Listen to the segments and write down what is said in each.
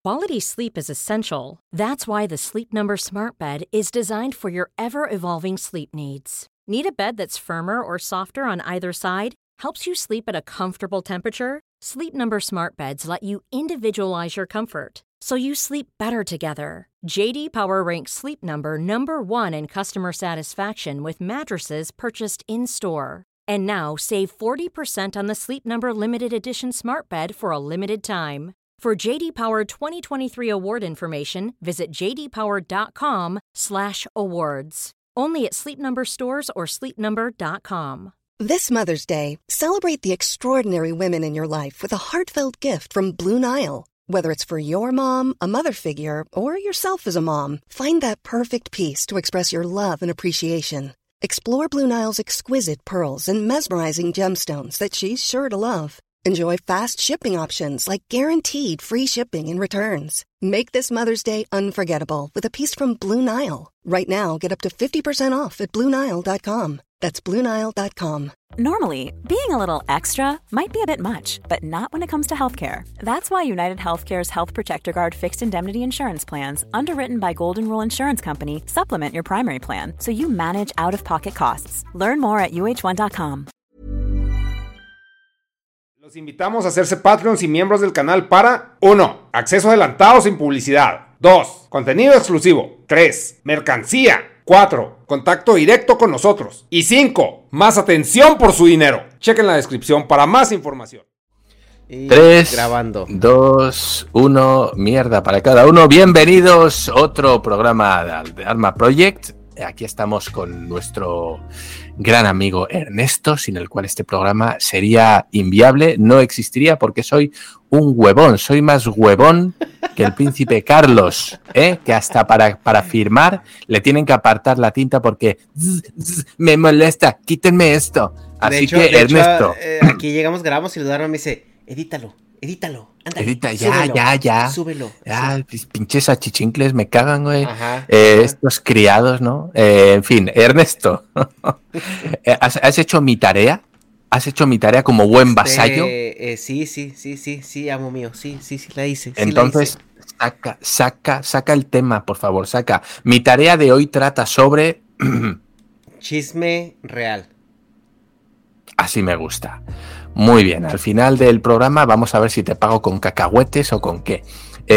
Quality sleep is essential. That's why the Sleep Number Smart Bed is designed for your ever-evolving sleep needs. Need a bed that's firmer or softer on either side? Helps you sleep at a comfortable temperature? Sleep Number Smart Beds let you individualize your comfort, so you sleep better together. J.D. Power ranks Sleep Number number 1 in customer satisfaction with mattresses purchased in-store. And now, save 40% on the Sleep Number Limited Edition Smart Bed for a limited time. For J.D. Power 2023 award information, visit jdpower.com/awards. Only at Sleep Number stores or sleepnumber.com. This Mother's Day, celebrate the extraordinary women in your life with a heartfelt gift from Blue Nile. Whether it's for your mom, a mother figure, or yourself as a mom, find that perfect piece to express your love and appreciation. Explore Blue Nile's exquisite pearls and mesmerizing gemstones that she's sure to love. Enjoy fast shipping options like guaranteed free shipping and returns. Make this Mother's Day unforgettable with a piece from Blue Nile. Right now, get up to 50% off at BlueNile.com. That's BlueNile.com. Normally, being a little extra might be a bit much, but not when it comes to healthcare. That's why United Healthcare's Health Protector Guard fixed indemnity insurance plans, underwritten by Golden Rule Insurance Company, supplement your primary plan so you manage out-of-pocket costs. Learn more at UH1.com. Los invitamos a hacerse Patreons y miembros del canal para 1. Acceso adelantado sin publicidad. 2. Contenido exclusivo. 3. Mercancía. 4. Contacto directo con nosotros. Y 5. Más atención por su dinero. Chequen la descripción para más información. 3, grabando. 2, 1, mierda para cada uno. Bienvenidos a otro programa de Dharma Project. Aquí estamos con nuestro gran amigo Ernesto, sin el cual este programa sería inviable, no existiría porque soy un huevón, soy más huevón que el príncipe Carlos, que hasta para firmar le tienen que apartar la tinta porque me molesta, quítenme esto. Así que Ernesto. Aquí llegamos, grabamos y el Dharma me dice, edítalo, ándale, edita, ya. Súbelo. Ya, pinches achichincles me cagan, güey. Ajá. Estos criados, ¿no? En fin, Ernesto, ¿has hecho mi tarea? ¿Has hecho mi tarea como buen vasallo? Sí, amo mío, sí, la hice. Entonces, saca el tema, por favor, saca. Mi tarea de hoy trata sobre... Chisme real. Así me gusta. Muy bien, al final del programa vamos a ver si te pago con cacahuetes o con qué.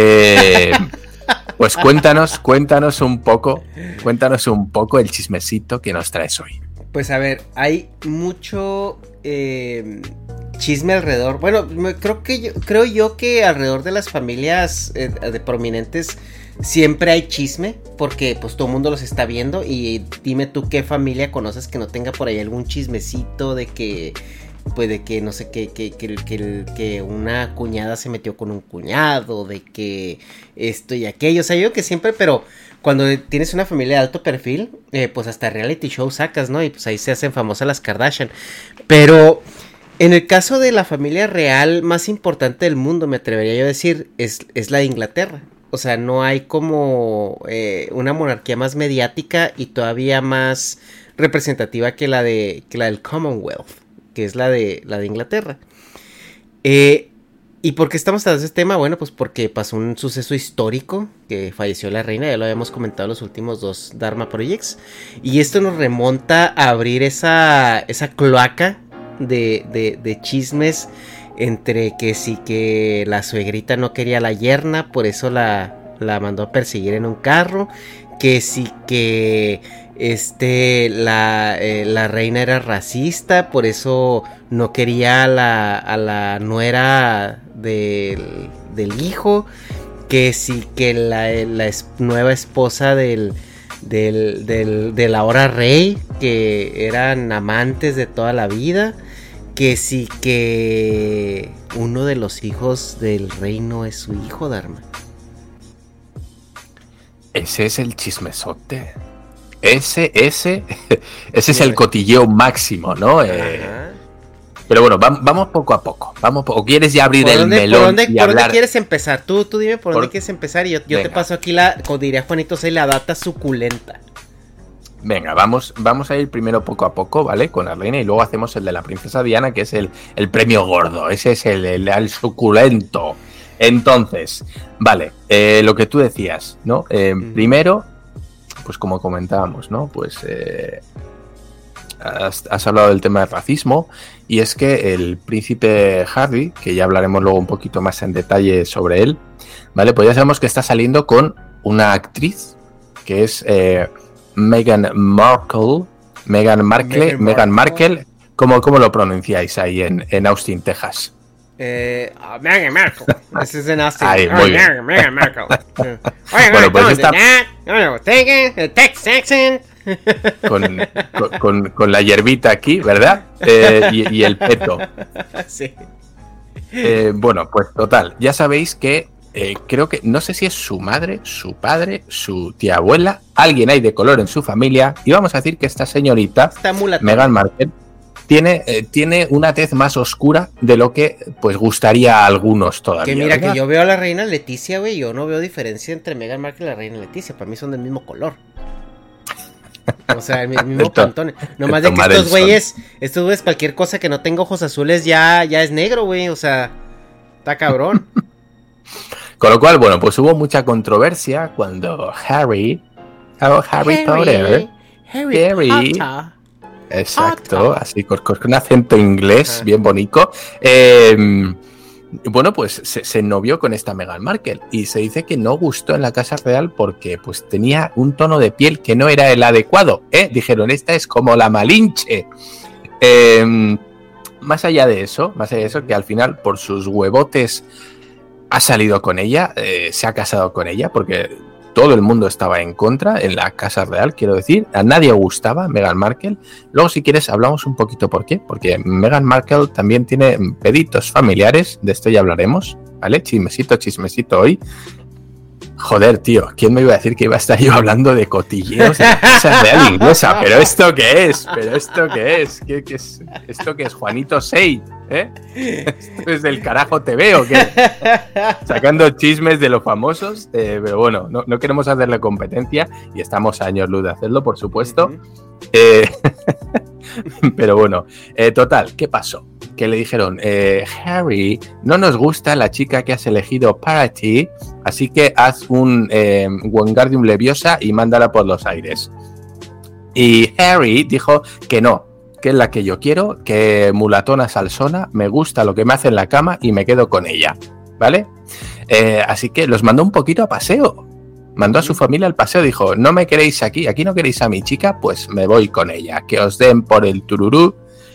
Pues cuéntanos un poco el chismecito que nos traes hoy. Pues a ver, hay mucho chisme alrededor. Bueno, creo yo que alrededor de las familias de prominentes siempre hay chisme, porque pues todo el mundo los está viendo. Y dime tú qué familia conoces que no tenga por ahí algún chismecito de que... Pues de que no sé, que una cuñada se metió con un cuñado, de que esto y aquello, o sea, yo que siempre, pero cuando tienes una familia de alto perfil, pues hasta reality show sacas, ¿no? Y pues ahí se hacen famosas las Kardashian, pero en el caso de la familia real más importante del mundo, me atrevería yo a decir, es la de Inglaterra. O sea, no hay como una monarquía más mediática y todavía más representativa que la del Commonwealth, que es la de Inglaterra. ¿Y por qué estamos tratando este tema? Bueno, pues porque pasó un suceso histórico, que falleció la reina, ya lo habíamos comentado en los últimos 2 Dharma Projects, y esto nos remonta a abrir esa cloaca de chismes, entre que sí que la suegrita no quería a la yerna, por eso la mandó a perseguir en un carro, que sí que la reina era racista, por eso no quería a la nuera del hijo, que sí que la nueva esposa del ahora rey, que eran amantes de toda la vida, que sí que uno de los hijos del rey no es su hijo, Dharma. Ese es el chismesote. Ese es el cotilleo máximo, ¿no? Pero bueno, vamos poco a poco. ¿O quieres ya abrir el melón ¿Por dónde quieres empezar? Tú dime por dónde quieres empezar y yo te paso aquí como diría Juanito, la data suculenta. Venga, vamos a ir primero poco a poco, ¿vale? Con la reina, y luego hacemos el de la princesa Diana, que es el premio gordo. Ese es el suculento. Entonces, vale, lo que tú decías, ¿no? Primero, pues como comentábamos, ¿no? Pues has hablado del tema del racismo, y es que el príncipe Harry, que ya hablaremos luego un poquito más en detalle sobre él, ¿vale? Pues ya sabemos que está saliendo con una actriz que es Meghan Markle. ¿Cómo lo pronunciáis ahí en Austin, Texas? Meghan Markle. Ese es en Austin. Ahí, muy bien. Meghan Markle. Bueno, pues esta... Text accent. Con la hierbita aquí, ¿verdad? Y el peto. Sí. Bueno, pues total, ya sabéis que creo que, no sé si es su madre, su padre, su tía abuela, alguien hay de color en su familia, y vamos a decir que esta señorita, Meghan Markle, tiene una tez más oscura de lo que pues gustaría a algunos todavía. Que mira, ¿verdad? que yo veo a la reina Leticia, güey, yo no veo diferencia entre Meghan Markle y la reina Leticia, para mí son del mismo color. O sea, el mismo pantone. Nomás de que estos güeyes, cualquier cosa que no tenga ojos azules ya es negro, güey, o sea, está cabrón. Con lo cual, bueno, pues hubo mucha controversia cuando Harry Potter. Exacto, así con un acento inglés bien bonito. Bueno, pues se novió con esta Meghan Markle, y se dice que no gustó en la Casa Real porque pues tenía un tono de piel que no era el adecuado. Dijeron, esta es como la Malinche. Más allá de eso, que al final por sus huevotes ha salido con ella, se ha casado con ella, porque todo el mundo estaba en contra en la Casa Real, quiero decir, a nadie gustaba Meghan Markle. Luego, si quieres, hablamos un poquito por qué, porque Meghan Markle también tiene peditos familiares, de esto ya hablaremos, ¿vale? Chismecito hoy. Joder, tío, ¿quién me iba a decir que iba a estar yo hablando de cotilleos de la Casa Real inglesa? ¿Pero esto qué es? ¿Qué es? ¿Esto qué es? ¿Juanito Sey? ¿Esto es del carajo TV o qué? Sacando chismes de los famosos, pero bueno, no queremos hacerle competencia y estamos a años luz de hacerlo, por supuesto. Pero bueno, total, ¿qué pasó? Que le dijeron, Harry, no nos gusta la chica que has elegido para ti, así que haz un Wingardium Leviosa y mándala por los aires. Y Harry dijo que no, que es la que yo quiero, que mulatona salsona, me gusta lo que me hace en la cama y me quedo con ella, ¿vale? Así que los mandó un poquito a paseo. Mandó a su familia al paseo, dijo, no me queréis aquí no queréis a mi chica, pues me voy con ella, que os den por el tururú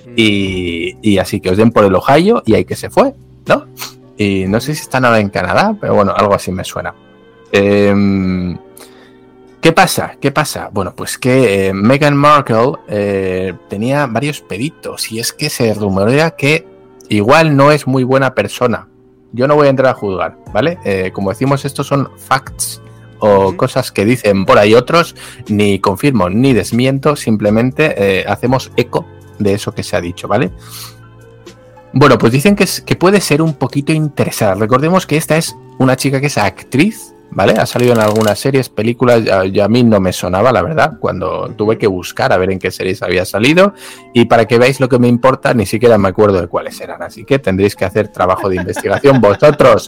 y así, que os den por el Ohio, y ahí que se fue, ¿no? Y no sé si están ahora en Canadá, pero bueno, algo así me suena. ¿Qué pasa? Bueno, pues que Meghan Markle tenía varios peditos, y es que se rumorea que igual no es muy buena persona. Yo no voy a entrar a juzgar, ¿vale? Como decimos, estos son facts o cosas que dicen por ahí otros, ni confirmo ni desmiento, simplemente hacemos eco de eso que se ha dicho, ¿vale? Bueno, pues dicen que puede ser un poquito interesada. Recordemos que esta es una chica que es actriz, ¿vale? Ha salido en algunas series, películas, ya a mí no me sonaba, la verdad, cuando tuve que buscar a ver en qué series había salido, y para que veáis lo que me importa, ni siquiera me acuerdo de cuáles eran, así que tendréis que hacer trabajo de investigación vosotros,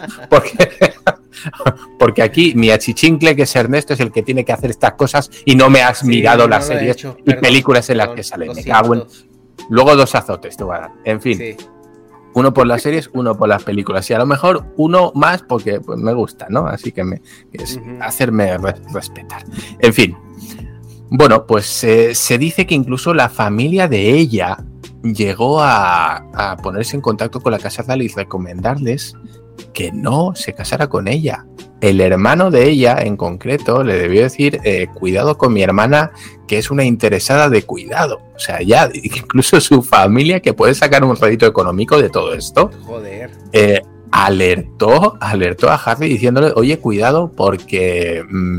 porque aquí mi achichincle, que es Ernesto, es el que tiene que hacer estas cosas, y no me has mirado las series y películas en las que salen. Me cago en... Luego 2 azotes te voy a dar. En fin, uno por las series, uno por las películas, y a lo mejor uno más porque pues, me gusta, ¿no? Así que es hacerme respetar. En fin, bueno, pues se dice que incluso la familia de ella llegó a ponerse en contacto con la Casa Real y recomendarles que no se casara con ella. El hermano de ella, en concreto, le debió decir, cuidado con mi hermana, que es una interesada de cuidado. O sea, ya incluso su familia, que puede sacar un rédito económico de todo esto, joder, alertó a Harry diciéndole, oye, cuidado, porque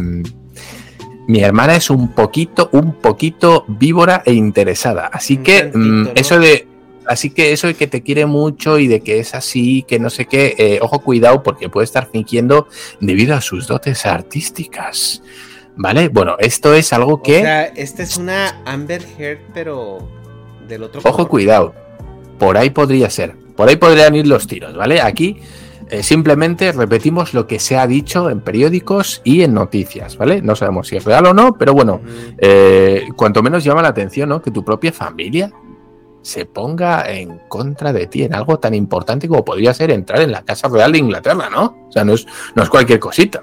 mi hermana es un poquito víbora e interesada. Así que ¿no? Así que eso de que te quiere mucho y de que es así, que no sé qué, ojo, cuidado, porque puede estar fingiendo debido a sus dotes artísticas, ¿vale? Bueno, esto es algo que... O sea, esta es una Amber Heard, pero del otro color. Ojo, cuidado, por ahí podría ser, por ahí podrían ir los tiros, ¿vale? Aquí Simplemente repetimos lo que se ha dicho en periódicos y en noticias, ¿vale? No sabemos si es real o no, pero bueno, cuanto menos llama la atención, ¿no? Que tu propia familia se ponga en contra de ti en algo tan importante como podría ser entrar en la Casa Real de Inglaterra, ¿no? O sea, no es cualquier cosita.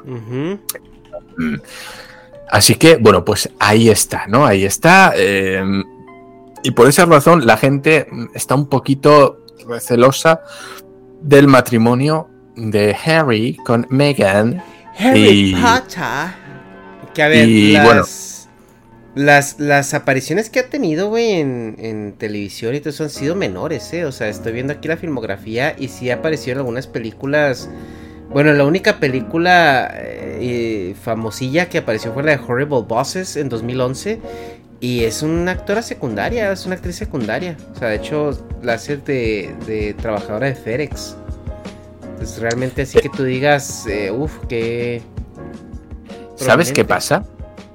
Así que, bueno, pues ahí está, ¿no? Ahí está. Y por esa razón la gente está un poquito recelosa del matrimonio de Harry con Meghan. Harry Potter. Que a ver, las apariciones que ha tenido, güey, en televisión y todo eso han sido menores, O sea, estoy viendo aquí la filmografía y sí apareció en algunas películas. Bueno, la única película famosilla que apareció fue la de Horrible Bosses en 2011. Y es una actora secundaria, es una actriz secundaria. O sea, de hecho, la hace de trabajadora de FedEx. Entonces, realmente así que tú digas, qué... ¿Sabes qué pasa?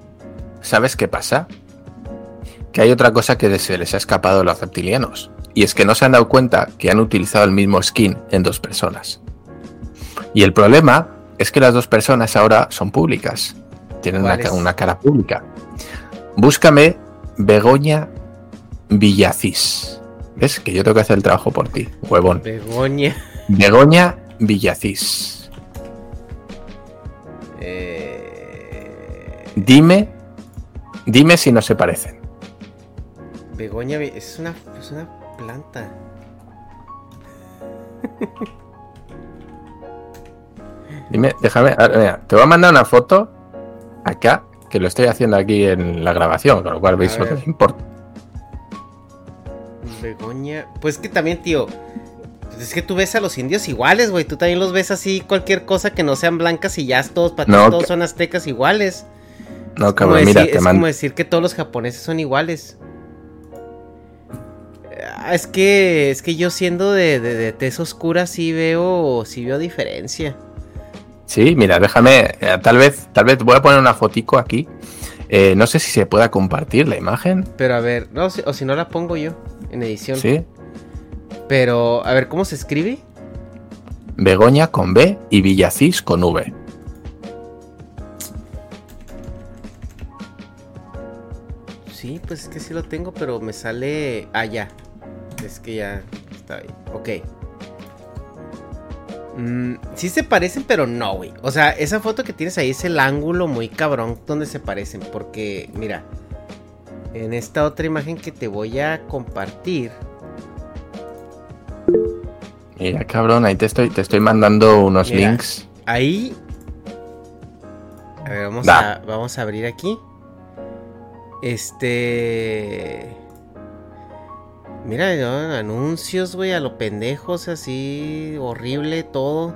Que hay otra cosa que se les ha escapado a los reptilianos. Y es que no se han dado cuenta que han utilizado el mismo skin en dos personas. Y el problema es que las dos personas ahora son públicas. Tienen una cara pública. Búscame Begoña Villacís. ¿Ves? Que yo tengo que hacer el trabajo por ti, huevón. Begoña Villacís. Dime si no se parecen. Begoña es una planta. Dime, déjame, mira, te voy a mandar una foto acá, que lo estoy haciendo aquí en la grabación, con lo cual veis lo que me importa. Begoña, pues que también, tío, es que tú ves a los indios iguales, güey, tú también los ves así, cualquier cosa que no sean blancas y ya todos, para ti todos son aztecas iguales. No, cabrón, mira, te mando. Es como decir que todos los japoneses son iguales. Es que yo siendo de tez oscura sí veo diferencia. Sí, mira, déjame, tal vez voy a poner una fotico aquí. No sé si se pueda compartir la imagen. Pero a ver, no, o si no la pongo yo en edición. Sí. Pero, a ver, ¿cómo se escribe? Begoña con B y Villacís con V. Sí, pues es que sí lo tengo, pero me sale... Ah, ya. Es que ya está ahí. Ok. Sí se parecen, pero no, güey. O sea, esa foto que tienes ahí es el ángulo muy cabrón donde se parecen. Porque, mira, en esta otra imagen que te voy a compartir. Mira, cabrón, ahí te estoy mandando unos links. Ahí. A ver, vamos a abrir aquí. Mira, ¿no? Anuncios, güey, a lo pendejos, así, horrible todo.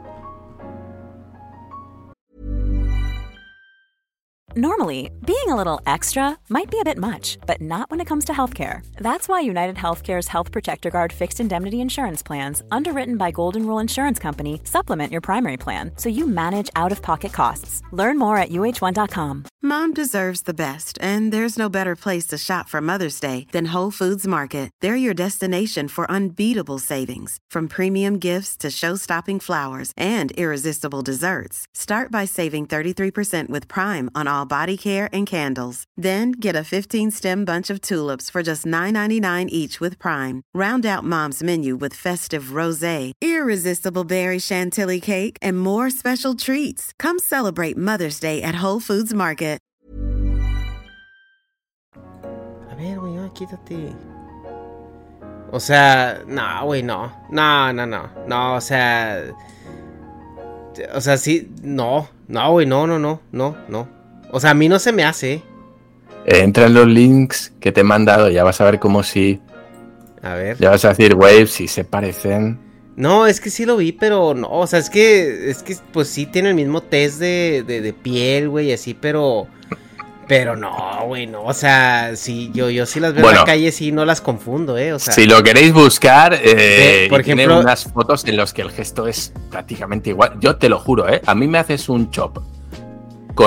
Normally, being a little extra might be a bit much, but not when it comes to healthcare. That's why United Healthcare's Health Protector Guard fixed indemnity insurance plans, underwritten by Golden Rule Insurance Company, supplement your primary plan so you manage out-of-pocket costs. Learn more at uh1.com. Mom deserves the best, and there's no better place to shop for Mother's Day than Whole Foods Market. They're your destination for unbeatable savings, from premium gifts to show-stopping flowers and irresistible desserts. Start by saving 33% with Prime on all body care and candles. Then get a 15-stem bunch of tulips for just $9.99 each with Prime. Round out Mom's menu with festive rosé, irresistible berry chantilly cake, and more special treats. Come celebrate Mother's Day at Whole Foods Market. A ver, güey, quítate. O sea, no, güey, no. No, o sea, sí, no, güey, no. O sea, a mí no se me hace. Entra en los links que te he mandado, ya vas a ver cómo sí. A ver. Ya vas a decir, güey, si se parecen. No, es que sí lo vi, pero no, o sea, es que pues sí tiene el mismo test de piel, güey, así, pero no, güey, no, o sea, sí, yo sí las veo en la calle, sí, no las confundo, o sea. Si lo queréis buscar, por ejemplo, tiene unas fotos en las que el gesto es prácticamente igual, yo te lo juro, a mí me haces un chop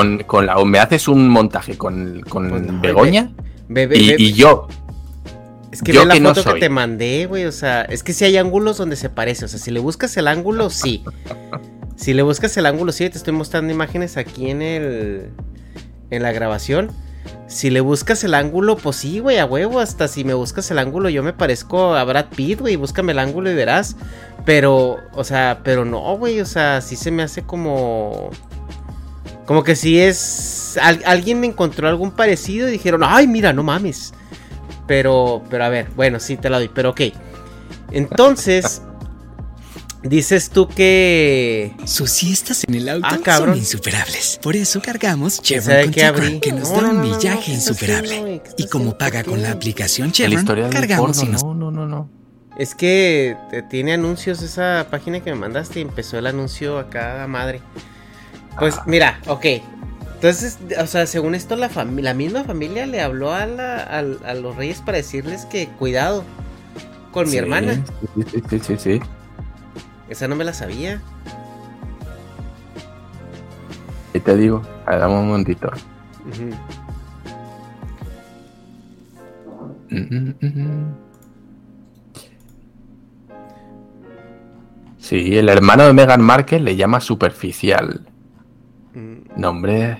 me haces un montaje con Begoña y yo Es que ve la foto que te mandé, güey, o sea, es que sí hay ángulos donde se parece, o sea, si le buscas el ángulo, sí. Si le buscas el ángulo, sí, te estoy mostrando imágenes aquí en la grabación. Si le buscas el ángulo, pues sí, güey, a huevo, hasta si me buscas el ángulo yo me parezco a Brad Pitt, güey, búscame el ángulo y verás. Pero, o sea, pero no, güey, o sea, sí se me hace como que si es... Alguien encontró algún parecido y dijeron, ay, mira, no mames. Pero a ver, bueno, sí te la doy, pero ok. Entonces, dices tú que... Sus siestas en el auto cabrón, son insuperables. Por eso cargamos Chevron Contigo, que nos da un millaje insuperable. Y como paga con la aplicación Chevron, cargamos y nos... No. Es que tiene anuncios esa página que me mandaste y empezó el anuncio acá, madre. Pues mira, ok. Entonces, o sea, según esto la misma familia le habló a los reyes para decirles que cuidado con mi hermana. Sí. Esa no me la sabía. Y te digo, dame un momentito. Sí, el hermano de Meghan Markle le llama superficial. No, hombre.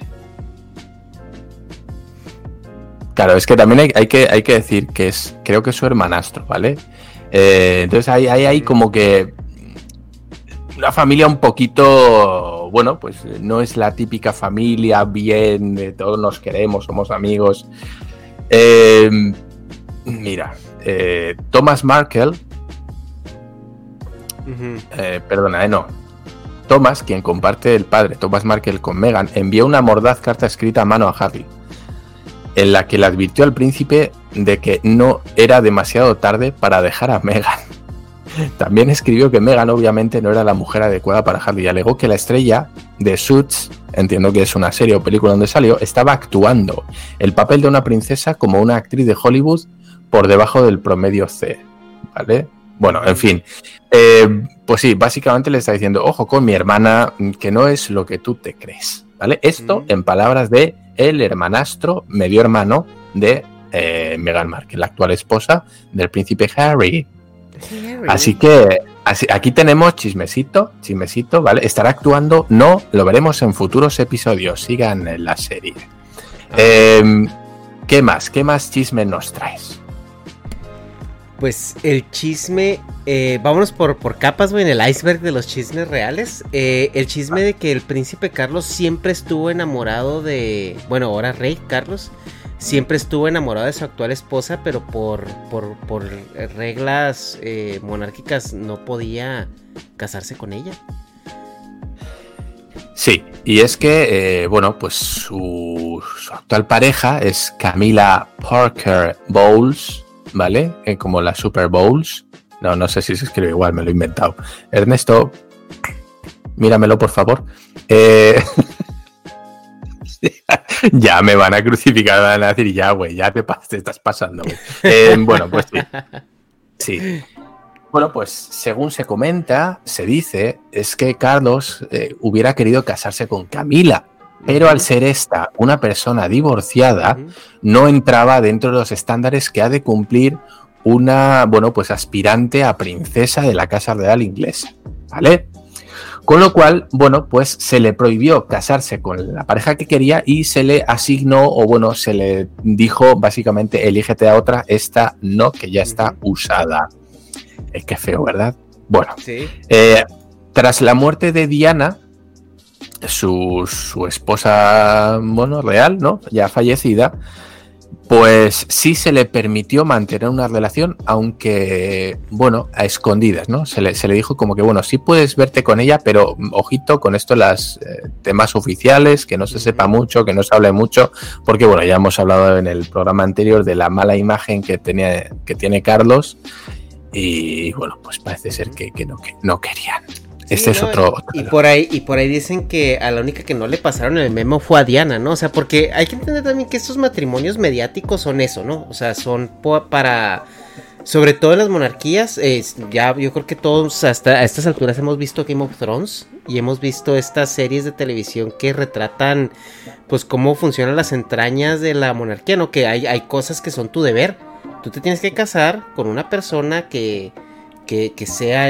Claro, es que también hay que decir que creo que es su hermanastro, ¿vale? Entonces hay como que una familia un poquito, bueno, pues no es la típica familia bien, todos nos queremos, somos amigos. Mira, Thomas Markle, no. Thomas, quien comparte el padre, Thomas Markle, con Meghan, envió una mordaz carta escrita a mano a Harry, en la que le advirtió al príncipe de que no era demasiado tarde para dejar a Meghan. También escribió que Meghan obviamente no era la mujer adecuada para Harry y alegó que la estrella de Suits, entiendo que es una serie o película donde salió, estaba actuando el papel de una princesa como una actriz de Hollywood por debajo del promedio C, ¿vale? Bueno, en fin, pues sí, básicamente le está diciendo, ojo con mi hermana, que no es lo que tú te crees, ¿vale? Esto en palabras de el hermanastro, medio hermano de Meghan Markle, la actual esposa del príncipe Harry. Así que aquí tenemos chismecito, ¿vale? Estará actuando, no, lo veremos en futuros episodios, sigan en la serie. ¿Qué más chisme nos traes? Pues el chisme, vámonos por capas, güey, en el iceberg de los chismes reales. El chisme de que el príncipe Carlos siempre estuvo enamorado de, bueno, ahora rey Carlos, siempre estuvo enamorado de su actual esposa, pero por reglas monárquicas no podía casarse con ella. Sí, y es que, bueno, pues su actual pareja es Camilla Parker Bowles, ¿vale? Como las Super Bowls. No sé si se escribe igual, me lo he inventado. Ernesto, míramelo, por favor. Ya me van a crucificar, me van a decir, ya, güey, ya te estás pasando, güey. Bueno, pues sí. Bueno, pues según se comenta, se dice, es que Carlos hubiera querido casarse con Camila, pero al ser esta una persona divorciada, no entraba dentro de los estándares que ha de cumplir una, bueno, pues aspirante a princesa de la Casa Real inglesa, ¿vale? Con lo cual, bueno, pues se le prohibió casarse con la pareja que quería y se le asignó, o bueno, se le dijo básicamente, elígete a otra, esta no, que ya está usada. Qué feo, ¿verdad? Bueno, sí. Tras la muerte de Diana, su esposa, bueno, real, ¿no? Ya fallecida, pues sí se le permitió mantener una relación, aunque, bueno, a escondidas, ¿no? Se le dijo como que, bueno, sí puedes verte con ella, pero ojito con esto, las temas oficiales, que no se sepa mucho, que no se hable mucho, porque, bueno, ya hemos hablado en el programa anterior de la mala imagen que tiene Carlos, y, bueno, pues parece ser que no querían. Sí, este es otro. Y por ahí dicen que a la única que no le pasaron el memo fue a Diana, ¿no? O sea, porque hay que entender también que estos matrimonios mediáticos son eso, ¿no? O sea, son para, sobre todo en las monarquías, ya yo creo que todos hasta a estas alturas hemos visto Game of Thrones y hemos visto estas series de televisión que retratan, pues, cómo funcionan las entrañas de la monarquía, ¿no? Que hay cosas que son tu deber. Tú te tienes que casar con una persona que sea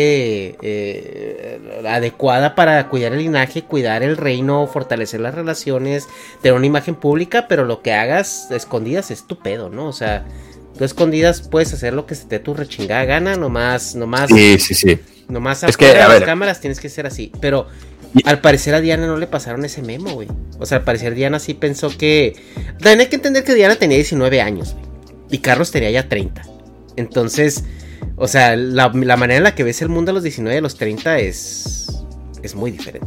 adecuada para cuidar el linaje, cuidar el reino, fortalecer las relaciones, tener una imagen pública, pero lo que hagas escondidas es tu pedo, ¿no? O sea, tú escondidas puedes hacer lo que se te dé tu rechingada gana, nomás. Sí. Nomás afuera de las cámaras tienes que ser así, pero al parecer a Diana no le pasaron ese memo, güey. O sea, al parecer Diana sí pensó que... También hay que entender que Diana tenía 19 años, güey, y Carlos tenía ya 30. Entonces, o sea, la manera en la que ves el mundo a los 19 y a los 30 es muy diferente.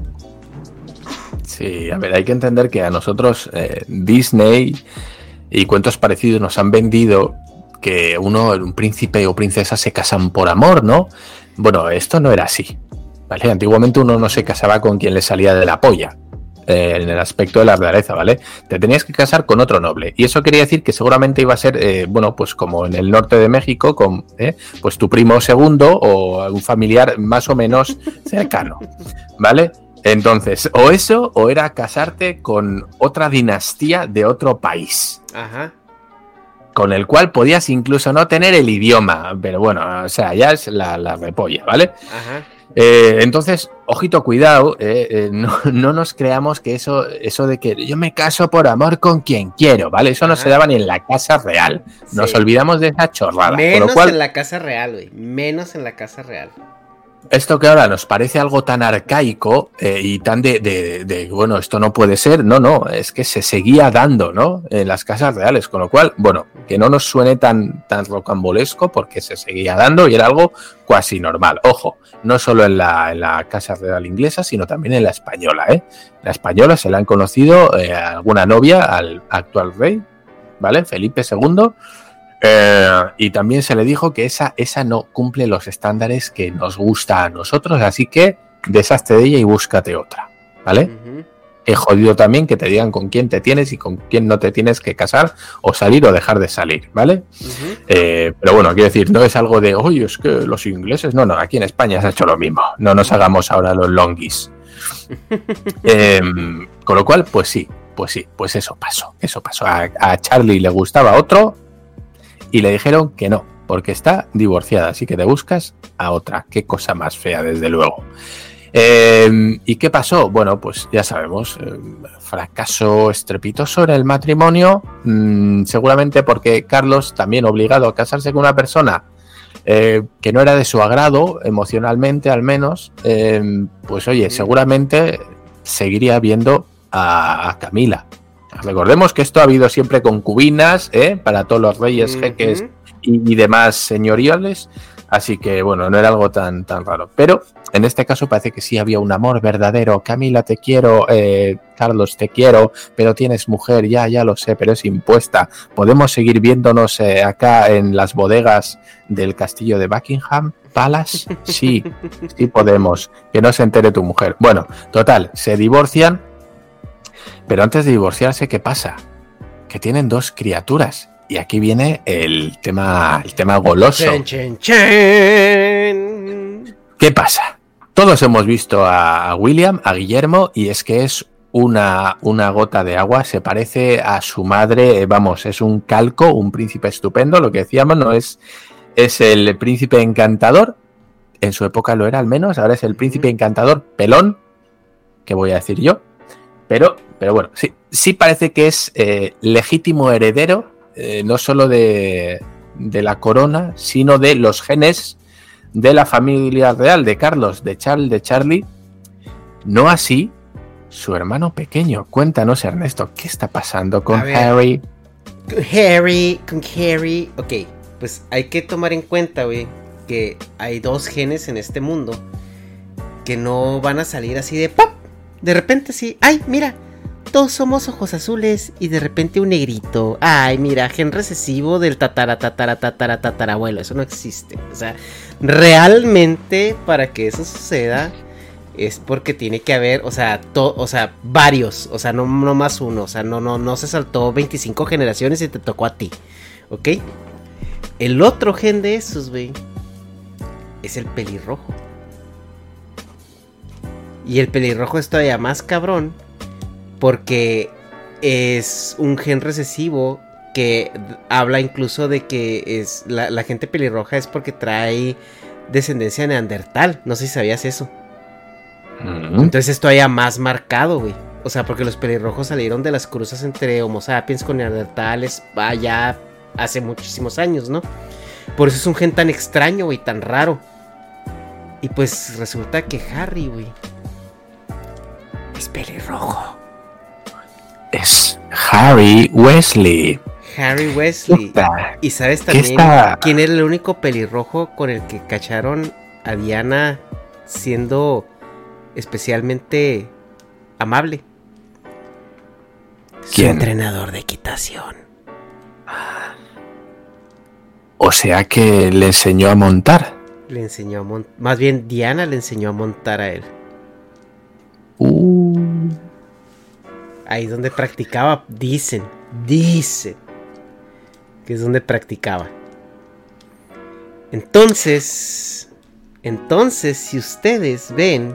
Sí, a ver, hay que entender que a nosotros Disney y cuentos parecidos nos han vendido que un príncipe o princesa se casan por amor, ¿no? Bueno, esto no era así, ¿vale? Antiguamente uno no se casaba con quien le salía de la polla. En el aspecto de la realeza, ¿vale? Te tenías que casar con otro noble. Y eso quería decir que seguramente iba a ser, pues como en el norte de México, con pues tu primo segundo o un familiar más o menos cercano, ¿vale? Entonces, o eso, o era casarte con otra dinastía de otro país. Ajá. Con el cual podías incluso no tener el idioma. Pero bueno, o sea, ya es la repolla, ¿vale? Ajá. Entonces, ojito, cuidado, no nos creamos que eso de que yo me caso por amor con quien quiero, ¿vale? Eso no se daba ni en la casa real. Nos olvidamos de esa chorrada. Menos con lo cual, en la casa real, güey. Menos en la casa real. Esto que ahora nos parece algo tan arcaico y tan bueno, esto no puede ser, no, es que se seguía dando, ¿no? En las casas reales, con lo cual, bueno, que no nos suene tan rocambolesco porque se seguía dando y era algo cuasi normal. Ojo, no solo en la casa real inglesa, sino también en la española, ¿eh? La española se le han conocido alguna novia al actual rey, ¿vale? Felipe II. Y también se le dijo que esa no cumple los estándares que nos gusta a nosotros, así que deshazte de ella y búscate otra, ¿vale? Uh-huh. He jodido también que te digan con quién te tienes y con quién no te tienes que casar o salir o dejar de salir, ¿vale? Uh-huh. Pero bueno, quiero decir, no es algo de, oye, es que los ingleses, no, aquí en España se ha hecho lo mismo, no nos hagamos ahora los longis. Con lo cual, pues eso pasó. A Charlie le gustaba otro y le dijeron que no, porque está divorciada, así que te buscas a otra. Qué cosa más fea, desde luego. ¿Y qué pasó? Bueno, pues ya sabemos, fracaso estrepitoso en el matrimonio, seguramente porque Carlos, también obligado a casarse con una persona que no era de su agrado, emocionalmente al menos, pues oye, seguramente seguiría viendo a Camila. Recordemos que esto ha habido siempre concubinas, para todos los reyes, jeques y demás señoriales, así que bueno, no era algo tan raro, pero en este caso parece que sí había un amor verdadero. Camila, te quiero, Carlos, te quiero, pero tienes mujer, ya lo sé, pero es impuesta. ¿Podemos seguir viéndonos acá en las bodegas del castillo de Buckingham Palace? Sí podemos, que no se entere tu mujer. Bueno, total, se divorcian. Pero antes de divorciarse, ¿qué pasa? Que tienen 2 criaturas. Y aquí viene el tema goloso. Chen. ¿Qué pasa? Todos hemos visto a William, a Guillermo, y es que es una gota de agua. Se parece a su madre, vamos, es un calco, un príncipe estupendo. Lo que decíamos, no es el príncipe encantador. En su época lo era al menos. Ahora es el príncipe encantador pelón. ¿Qué voy a decir yo? Pero bueno, sí parece que es legítimo heredero, no solo de la corona, sino de los genes de la familia real, de Carlos, de Charles, de Charlie. No así su hermano pequeño. Cuéntanos, Ernesto, ¿qué está pasando con Harry? Con Harry. Ok, pues hay que tomar en cuenta, güey, que hay 2 genes en este mundo que no van a salir así de ¡pop! De repente sí, ¡ay, mira! Todos somos ojos azules y de repente un negrito. ¡Ay, mira! Gen recesivo del tatarabuelo. Eso no existe. O sea, realmente para que eso suceda es porque tiene que haber, o sea, varios. O sea, no más uno. O sea, no se saltó 25 generaciones y te tocó a ti. ¿Ok? El otro gen de esos, güey, es el pelirrojo. Y el pelirrojo es todavía más cabrón porque es un gen recesivo que habla incluso de que es la gente pelirroja es porque trae descendencia neandertal. No sé si sabías eso. Entonces es todavía más marcado, güey. O sea, porque los pelirrojos salieron de las cruzas entre Homo sapiens con neandertales allá hace muchísimos años, ¿no? Por eso es un gen tan extraño, güey, tan raro. Y pues resulta que Harry, güey, es pelirrojo. Es Harry Weasley. Harry Weasley. ¿Y sabes también quién era el único pelirrojo con el que cacharon a Diana siendo especialmente amable? ¿Quién? Su entrenador de equitación. O sea que le enseñó a montar. Le enseñó a montar. Más bien, Diana le enseñó a montar a él. Ahí donde practicaba, dicen que es donde practicaba. Entonces, si ustedes ven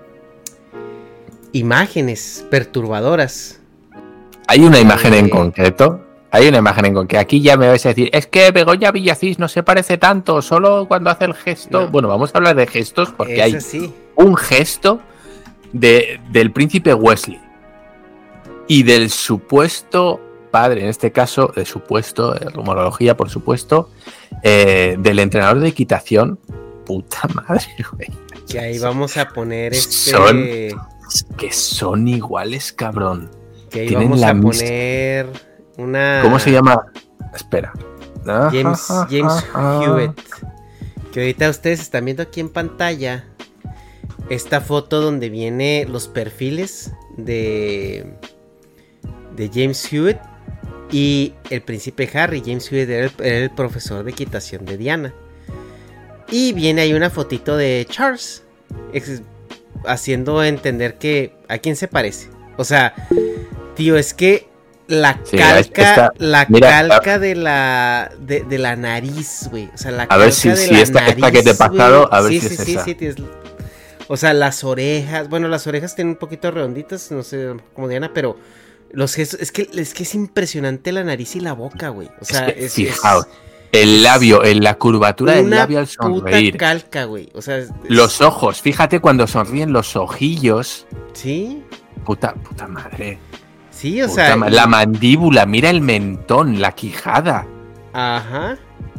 imágenes perturbadoras. Hay una imagen en concreto. Aquí ya me vais a decir, es que Begoña Villacís no se parece tanto, solo cuando hace el gesto. No. Bueno, vamos a hablar de gestos porque hay un gesto del príncipe Weasley y del supuesto padre, en este caso, de supuesto, rumorología, por supuesto, del entrenador de equitación. Puta madre, güey. Que ahí vamos a poner que son iguales, cabrón. Que ahí vamos a poner una... ¿Cómo se llama? Espera. James Hewitt. Que ahorita ustedes están viendo aquí en pantalla esta foto donde viene los perfiles de James Hewitt y el príncipe Harry. James Hewitt era el profesor de equitación de Diana. Y viene ahí una fotito de Charles, haciendo entender que a quién se parece. O sea, tío, es que la calca de la nariz, güey. O sea, la calca de la nariz. A ver si esta que te he pasado, a ver si es esa. Sí, o sea, las orejas. Bueno, las orejas tienen un poquito redonditas, no sé, como Diana, pero los gestos. Es que es impresionante la nariz y la boca, güey. O sea, fijaos. El labio, en la curvatura del labio al sonreír. Puta calca, güey. O sea, los ojos, fíjate cuando sonríen los ojillos. Sí. Puta madre. Sí, o sea. La mandíbula, mira el mentón, la quijada. Ajá.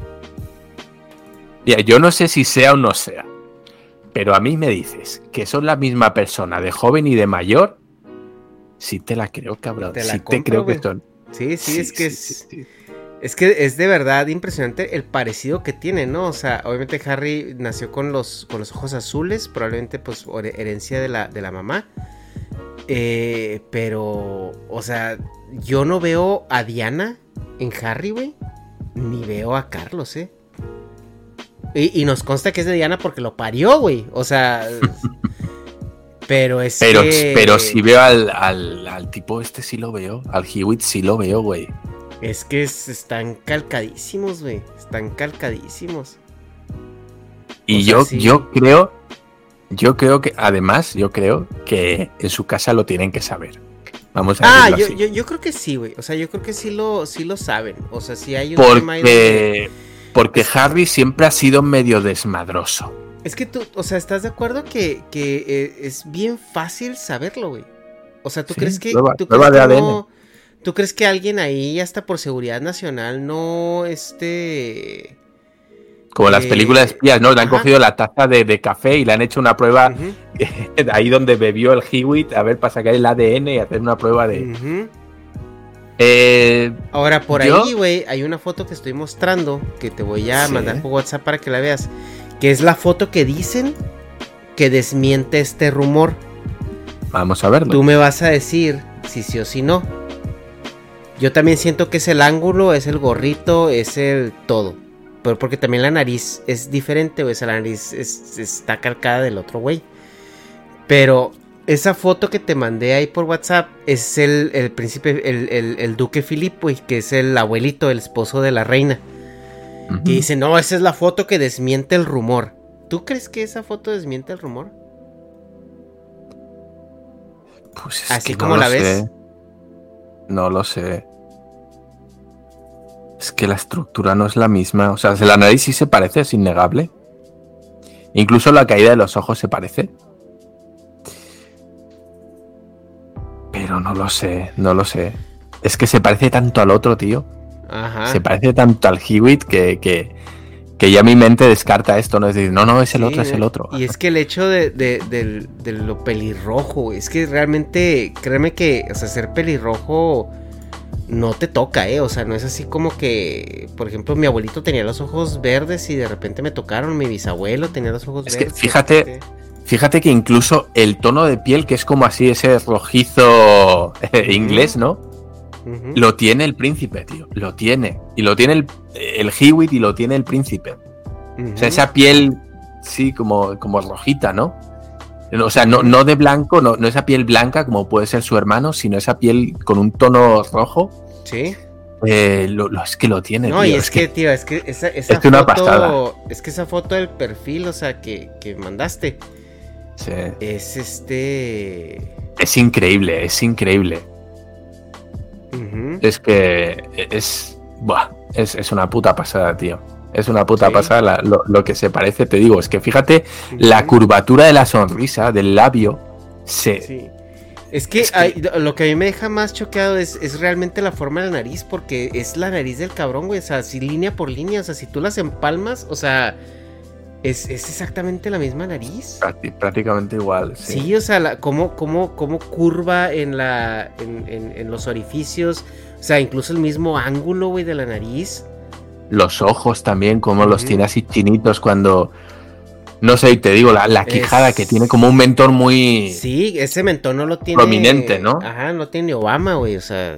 Mira, yo no sé si sea o no sea, pero a mí me dices que son la misma persona de joven y de mayor. Sí te la creo, cabrón. Te creo que son. Sí, es que es que es de verdad impresionante el parecido que tiene, ¿no? O sea, obviamente Harry nació con los ojos azules, probablemente pues herencia de la mamá. Pero, o sea, yo no veo a Diana en Harry, güey, ni veo a Carlos, y nos consta que es de Diana porque lo parió, güey. O sea, pero si veo al tipo este sí lo veo, al Hewitt sí lo veo, güey. Es que están calcadísimos, güey. Están calcadísimos. Y yo creo que, además, yo creo que en su casa lo tienen que saber. Vamos a decirlo así. Yo creo que sí, güey. O sea, yo creo que sí lo saben. O sea, si hay un tema ahí porque Harry siempre ha sido medio desmadroso. Es que tú, o sea, ¿estás de acuerdo que es bien fácil saberlo, güey? O sea, ¿tú crees que... Prueba de ADN. ¿Tú crees que alguien ahí, hasta por seguridad nacional, no como las películas de espías, ¿no? Le han cogido la taza de café y le han hecho una prueba ahí donde bebió el Hewitt, a ver, para sacar el ADN y hacer una prueba de... Ahora, por ahí, güey, hay una foto que estoy mostrando, que te voy a mandar por WhatsApp para que la veas, que es la foto que dicen que desmiente este rumor. Vamos a verlo. Tú me vas a decir si sí o si no. Yo también siento que es el ángulo, es el gorrito, es el todo. Pero porque también la nariz es diferente, güey. O sea, la nariz está calcada del otro güey. Pero esa foto que te mandé ahí por WhatsApp es el príncipe, el duque Philip, güey, que es el abuelito, el esposo de la reina. Uh-huh. Y dice, no, esa es la foto que desmiente el rumor. ¿Tú crees que esa foto desmiente el rumor? Pues es así que como no la ves. Sé. No lo sé. que la estructura no es la misma. O sea, la nariz sí se parece, es innegable. Incluso la caída de los ojos se parece. Pero no lo sé. Es que se parece tanto al otro, tío. Ajá. Se parece tanto al Hewitt que ya mi mente descarta esto, ¿no? Es decir, no, es el otro, es el otro. Y es que el hecho de lo pelirrojo, es que realmente, créeme que, o sea, ser pelirrojo no te toca, o sea, no es así como que, por ejemplo, mi abuelito tenía los ojos verdes y de repente me tocaron, mi bisabuelo tenía los ojos verdes. Es que fíjate que incluso el tono de piel, que es como así, ese rojizo inglés, ¿no? Uh-huh. Lo tiene el príncipe, tío. Lo tiene. Y lo tiene el Hewitt y lo tiene el príncipe. Uh-huh. O sea, esa piel, sí, como rojita, ¿no? O sea, no de blanco, no esa piel blanca como puede ser su hermano, sino esa piel con un tono rojo. Sí. Es que lo tiene, no, tío. Y es que, tío, es que esa es foto, una pasada. Es que esa foto del perfil, o sea, que mandaste. Sí. Es increíble, es increíble. Uh-huh. Es que es una puta pasada, tío. Es una puta pasada lo que se parece, te digo. Es que fíjate, uh-huh, la curvatura de la sonrisa, del labio. Sí. Es que lo que a mí me deja más choqueado es realmente la forma de la nariz, porque es la nariz del cabrón, güey. O sea, si línea por línea, o sea, si tú las empalmas, o sea, es exactamente la misma nariz. Prácticamente igual, sí. Sí, o sea, cómo curva en los orificios, o sea, incluso el mismo ángulo, güey, de la nariz. Los ojos también, como los tiene así chinitos cuando... No sé, te digo, la quijada que tiene como un mentón muy... Sí, ese mentón no lo tiene... Prominente, ¿no? Ajá, no tiene Obama, güey, o sea...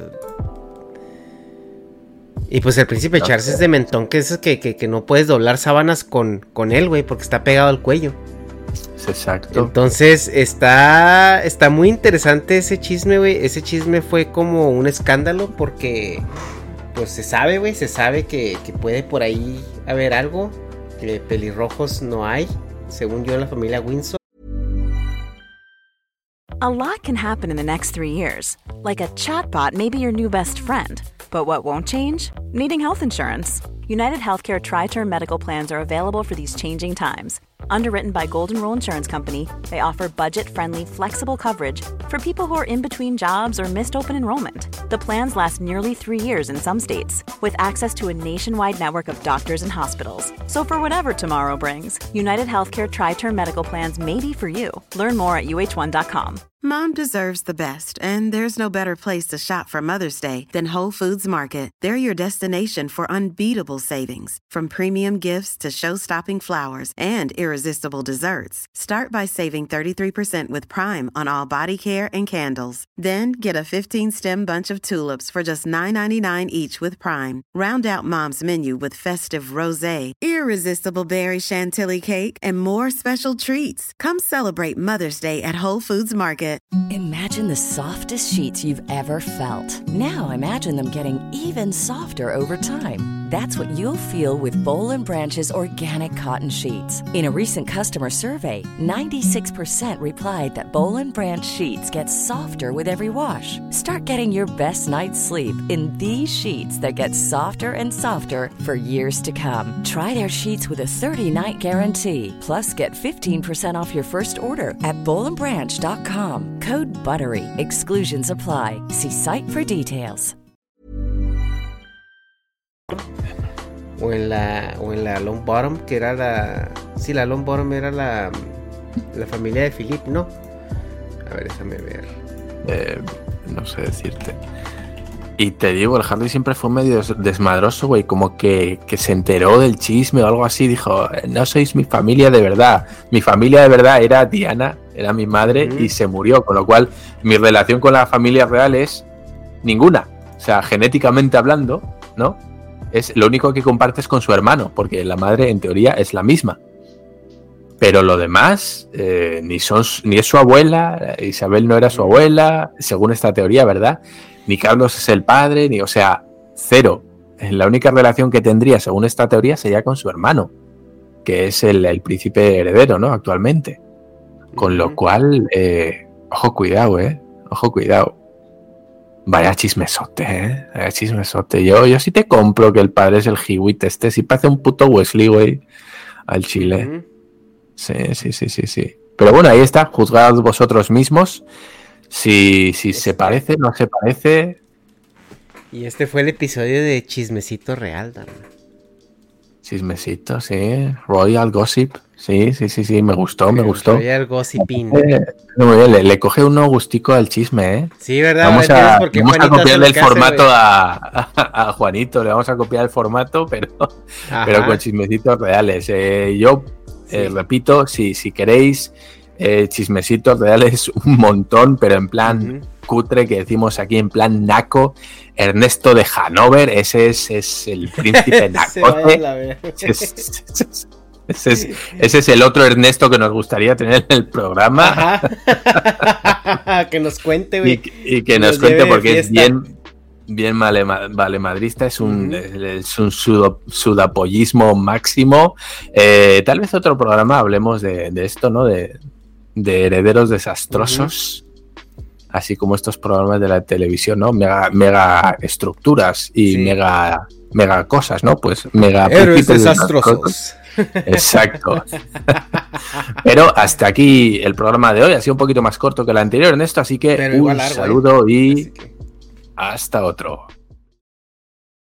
Y pues el príncipe Charles es de mentón, que es que no puedes doblar sábanas con él, güey, porque está pegado al cuello. Exacto. Entonces está muy interesante ese chisme, güey. Ese chisme fue como un escándalo porque pues se sabe, güey, que puede por ahí haber algo. Que pelirrojos no hay, según yo, en la familia Windsor. A lot can happen in the next 3 years. Like a chatbot may be your new best friend. But what won't change? Needing health insurance. United Healthcare Tri-Term Medical Plans are available for these changing times. Underwritten by Golden Rule Insurance Company, they offer budget-friendly, flexible coverage for people who are in between jobs or missed open enrollment. The plans last nearly 3 years in some states, with access to a nationwide network of doctors and hospitals. So for whatever tomorrow brings, United Healthcare Tri-Term Medical Plans may be for you. Learn more at uh1.com. Mom deserves the best, and there's no better place to shop for Mother's Day than Whole Foods Market. They're your destination for unbeatable savings, from premium gifts to show-stopping flowers and irresistible desserts. Start by saving 33% with Prime on all body care and candles. Then get a 15-stem bunch of tulips for just $9.99 each with Prime. Round out Mom's menu with festive rosé, irresistible berry chantilly cake, and more special treats. Come celebrate Mother's Day at Whole Foods Market. Imagine the softest sheets you've ever felt. Now imagine them getting even softer over time. That's what you'll feel with Boll & Branch's organic cotton sheets. In a recent customer survey, 96% replied that Boll & Branch sheets get softer with every wash. Start getting your best night's sleep in these sheets that get softer and softer for years to come. Try their sheets with a 30-night guarantee. Plus, get 15% off your first order at bollandbranch.com. Code BUTTERY. Exclusions apply. See site for details. O en la Long Bottom, que era la... Sí, la Long Bottom era la familia de Philip, ¿no? A ver, déjame ver. No sé decirte. Y te digo, el Harry siempre fue medio desmadroso, güey. Como que se enteró del chisme o algo así. Dijo, no sois mi familia de verdad. Mi familia de verdad era Diana, era mi madre, y se murió. Con lo cual, mi relación con la familia real es ninguna. O sea, genéticamente hablando, ¿no? Es lo único que compartes con su hermano, porque la madre en teoría es la misma. Pero lo demás, ni es su abuela, Isabel no era su abuela, según esta teoría, ¿verdad? Ni Carlos es el padre, o sea, cero. La única relación que tendría, según esta teoría, sería con su hermano, que es el príncipe heredero, ¿no? Actualmente. Con lo cual, ojo cuidado, ojo cuidado. Vaya chismesote, ¿eh? Vaya chismesote. Yo sí te compro que el padre es el Hewitt este. Sí parece un puto Wesley, güey. Al chile. Sí. Pero bueno, ahí está. Juzgad vosotros mismos. Si se parece, no se parece. Y este fue el episodio de Chismecito Real, ¿no? Chismecito, sí. Royal Gossip. Sí. Me gustó. Royal Gossiping. Muy bien, le coge uno gustico al chisme, ¿eh? Sí, ¿verdad? Vamos a copiarle el formato a Juanito. Le vamos a copiar el formato, pero con chismecitos reales. Yo repito, si queréis chismecitos reales, un montón, pero en plan cutre, que decimos aquí, en plan naco. Ernesto de Hanover, ese es el príncipe nacote. Ese es el otro Ernesto que nos gustaría tener en el programa. Que nos cuente, güey. Y que nos cuente, porque es bien valemadrista, es un sudapollismo máximo. Tal vez otro programa hablemos de esto, ¿no? De herederos desastrosos. Así como estos programas de la televisión, ¿no? Mega estructuras y mega cosas, ¿no? Pues mega héroes desastrosos. Exacto. Pero hasta aquí el programa de hoy. Ha sido un poquito más corto que el anterior, Ernesto, así que un saludo y hasta otro.